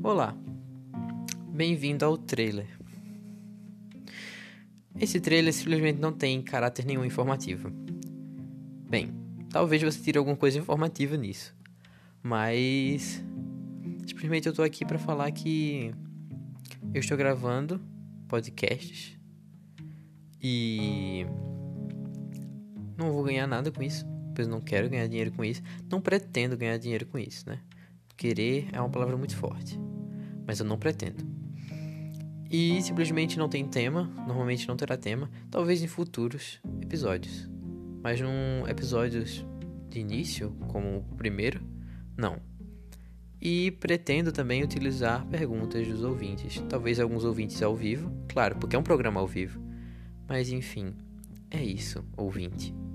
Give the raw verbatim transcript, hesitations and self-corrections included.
Olá, bem-vindo ao trailer. Esse trailer simplesmente não tem caráter nenhum informativo. Bem, talvez você tire alguma coisa informativa nisso, mas simplesmente eu tô aqui pra falar que eu estou gravando podcasts e não vou ganhar nada com isso, pois não quero ganhar dinheiro com isso, não pretendo ganhar dinheiro com isso, né? Querer é uma palavra muito forte, mas eu não pretendo. E simplesmente não tem tema, normalmente não terá tema, talvez em futuros episódios. Mas num episódios de início, como o primeiro, não. E pretendo também utilizar perguntas dos ouvintes, talvez alguns ouvintes ao vivo, claro, porque é um programa ao vivo. Mas enfim, é isso, ouvinte.